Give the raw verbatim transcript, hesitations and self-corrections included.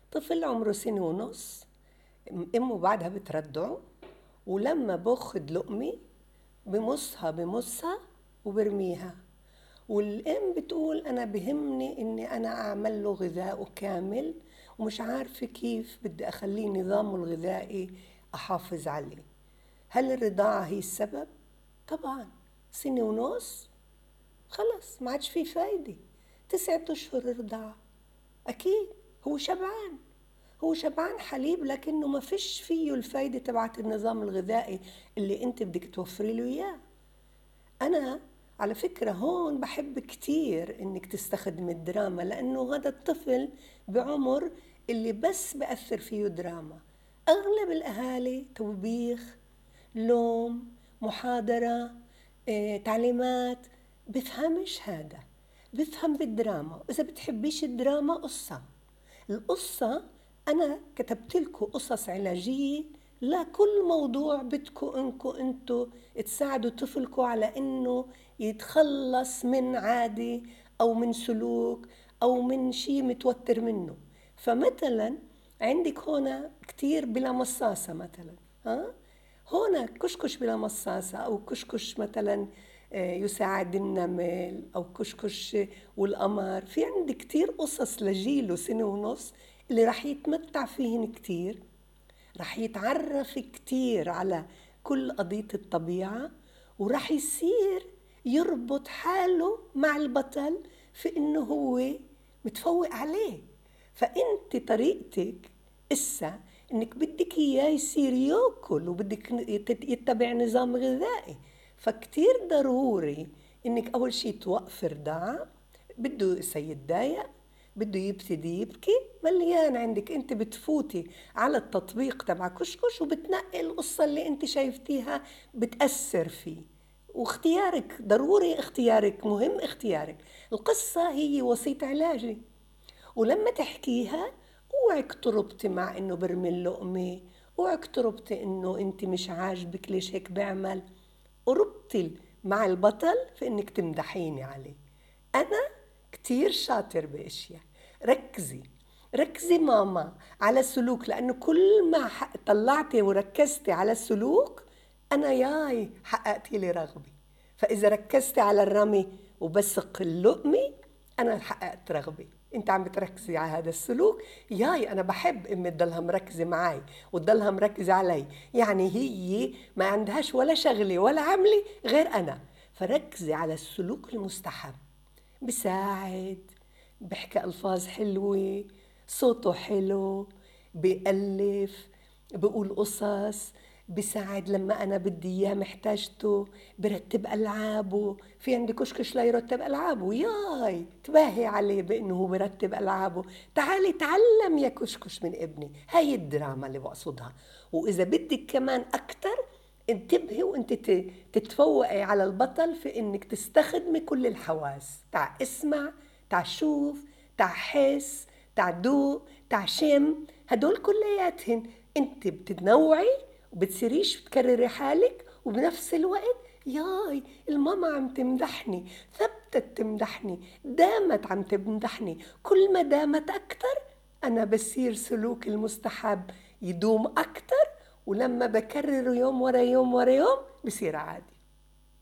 طفل عمره سنة ونص، امه بعدها بتردعه، ولما باخد لقمة بمصها بمصها وبرميها، والام بتقول انا بهمني اني انا اعمل له غذاء كامل ومش عارفة كيف بدي اخليه نظامه الغذائي احافظ عليه. هل الرضاعة هي السبب؟ طبعا. سنة ونص خلص ما عادش فيه فايدة. تسعة اشهر رضاعة اكيد هو شبعان، هو شبعان حليب، لكنه ما فيش فيه الفايدة تبعت النظام الغذائي اللي انت بدك توفري له اياه. انا على فكرة هون بحب كتير انك تستخدم الدراما، لانه هذا الطفل بعمر اللي بس بأثر فيه دراما. اغلب الاهالي توبيخ، لوم، محاضرة، اه، تعليمات. بفهمش هذا، بفهم بالدراما. إذا بتحبيش الدراما قصة، القصة أنا كتبت لكم قصص علاجية لكل موضوع بدكم إنكم أنتوا تساعدوا طفلكم على إنه يتخلص من عادة أو من سلوك أو من شيء متوتر منه. فمثلا عندك هنا كتير بلا مصاصة مثلا، ها هنا كشكش بلا مصاصة، أو كشكش مثلا يساعد النمل، أو كشكش والقمر. في عندي كتير قصص لجيله سنة ونص اللي رح يتمتع فيهن كتير، رح يتعرف كتير على كل قضية الطبيعة، ورح يصير يربط حاله مع البطل في إنه هو متفوق عليه. فأنت طريقتك إسا إنك بدك إياه يصير يأكل وبدك يتبع نظام غذائي. فكتير ضروري إنك أول شي توقف رضاعة. بده سيتضايق، بده يبتدي يبكي، مليان عندك. انت بتفوتي على التطبيق تبع كشكش وبتنقي القصة اللي انت شايفتيها بتأثر فيه، واختيارك ضروري، اختيارك مهم، اختيارك. القصة هي وسيط علاجي، ولما تحكيها اوعك تربطي مع انه برمي اللقمة، اوعك تربطي انه انت مش عاجبك ليش هيك بعمل. وربطي مع البطل في انك تمدحيني عليه. انا كتير شاطر باشياء. ركزي ركزي ماما على السلوك، لانه كل ما طلعتي وركزتي على السلوك انا ياي حققتي لي رغبي. فاذا ركزتي على الرمي وبسق اللقمة انا حققت رغبي. انت عم بتركزي على هذا السلوك، ياي انا بحب امي تضلها مركزه معي وتضلها مركزه علي، يعني هي ما عندهاش ولا شغله ولا عملي غير انا. فركزي على السلوك المستحب. بساعد، بحكي ألفاظ حلوة، صوته حلو، بيألف، بقول قصص، بساعد لما أنا بدي إياه محتاجته، برتب ألعابه. في عندي كشكش لا يرتب ألعابه، ياي تباهي عليه بأنه هو برتب ألعابه. تعالي تعلم يا كشكش من ابني. هاي الدراما اللي بقصدها. وإذا بدك كمان أكتر انتبهي وانت تتفوقي على البطل في انك تستخدمي كل الحواس، تاع اسمع، تاع شوف، تاع حس، تاع دوق، تاع شم. هدول كلياتهن انت بتتنوعي وبتصيريش بتكرري حالك، وبنفس الوقت ياي الماما عم تمدحني، ثبتت تمدحني، دامت عم تمدحني. كل ما دامت اكتر انا بصير سلوك المستحب يدوم اكتر، ولما بكرره يوم ورا يوم ورا يوم بصير عادي.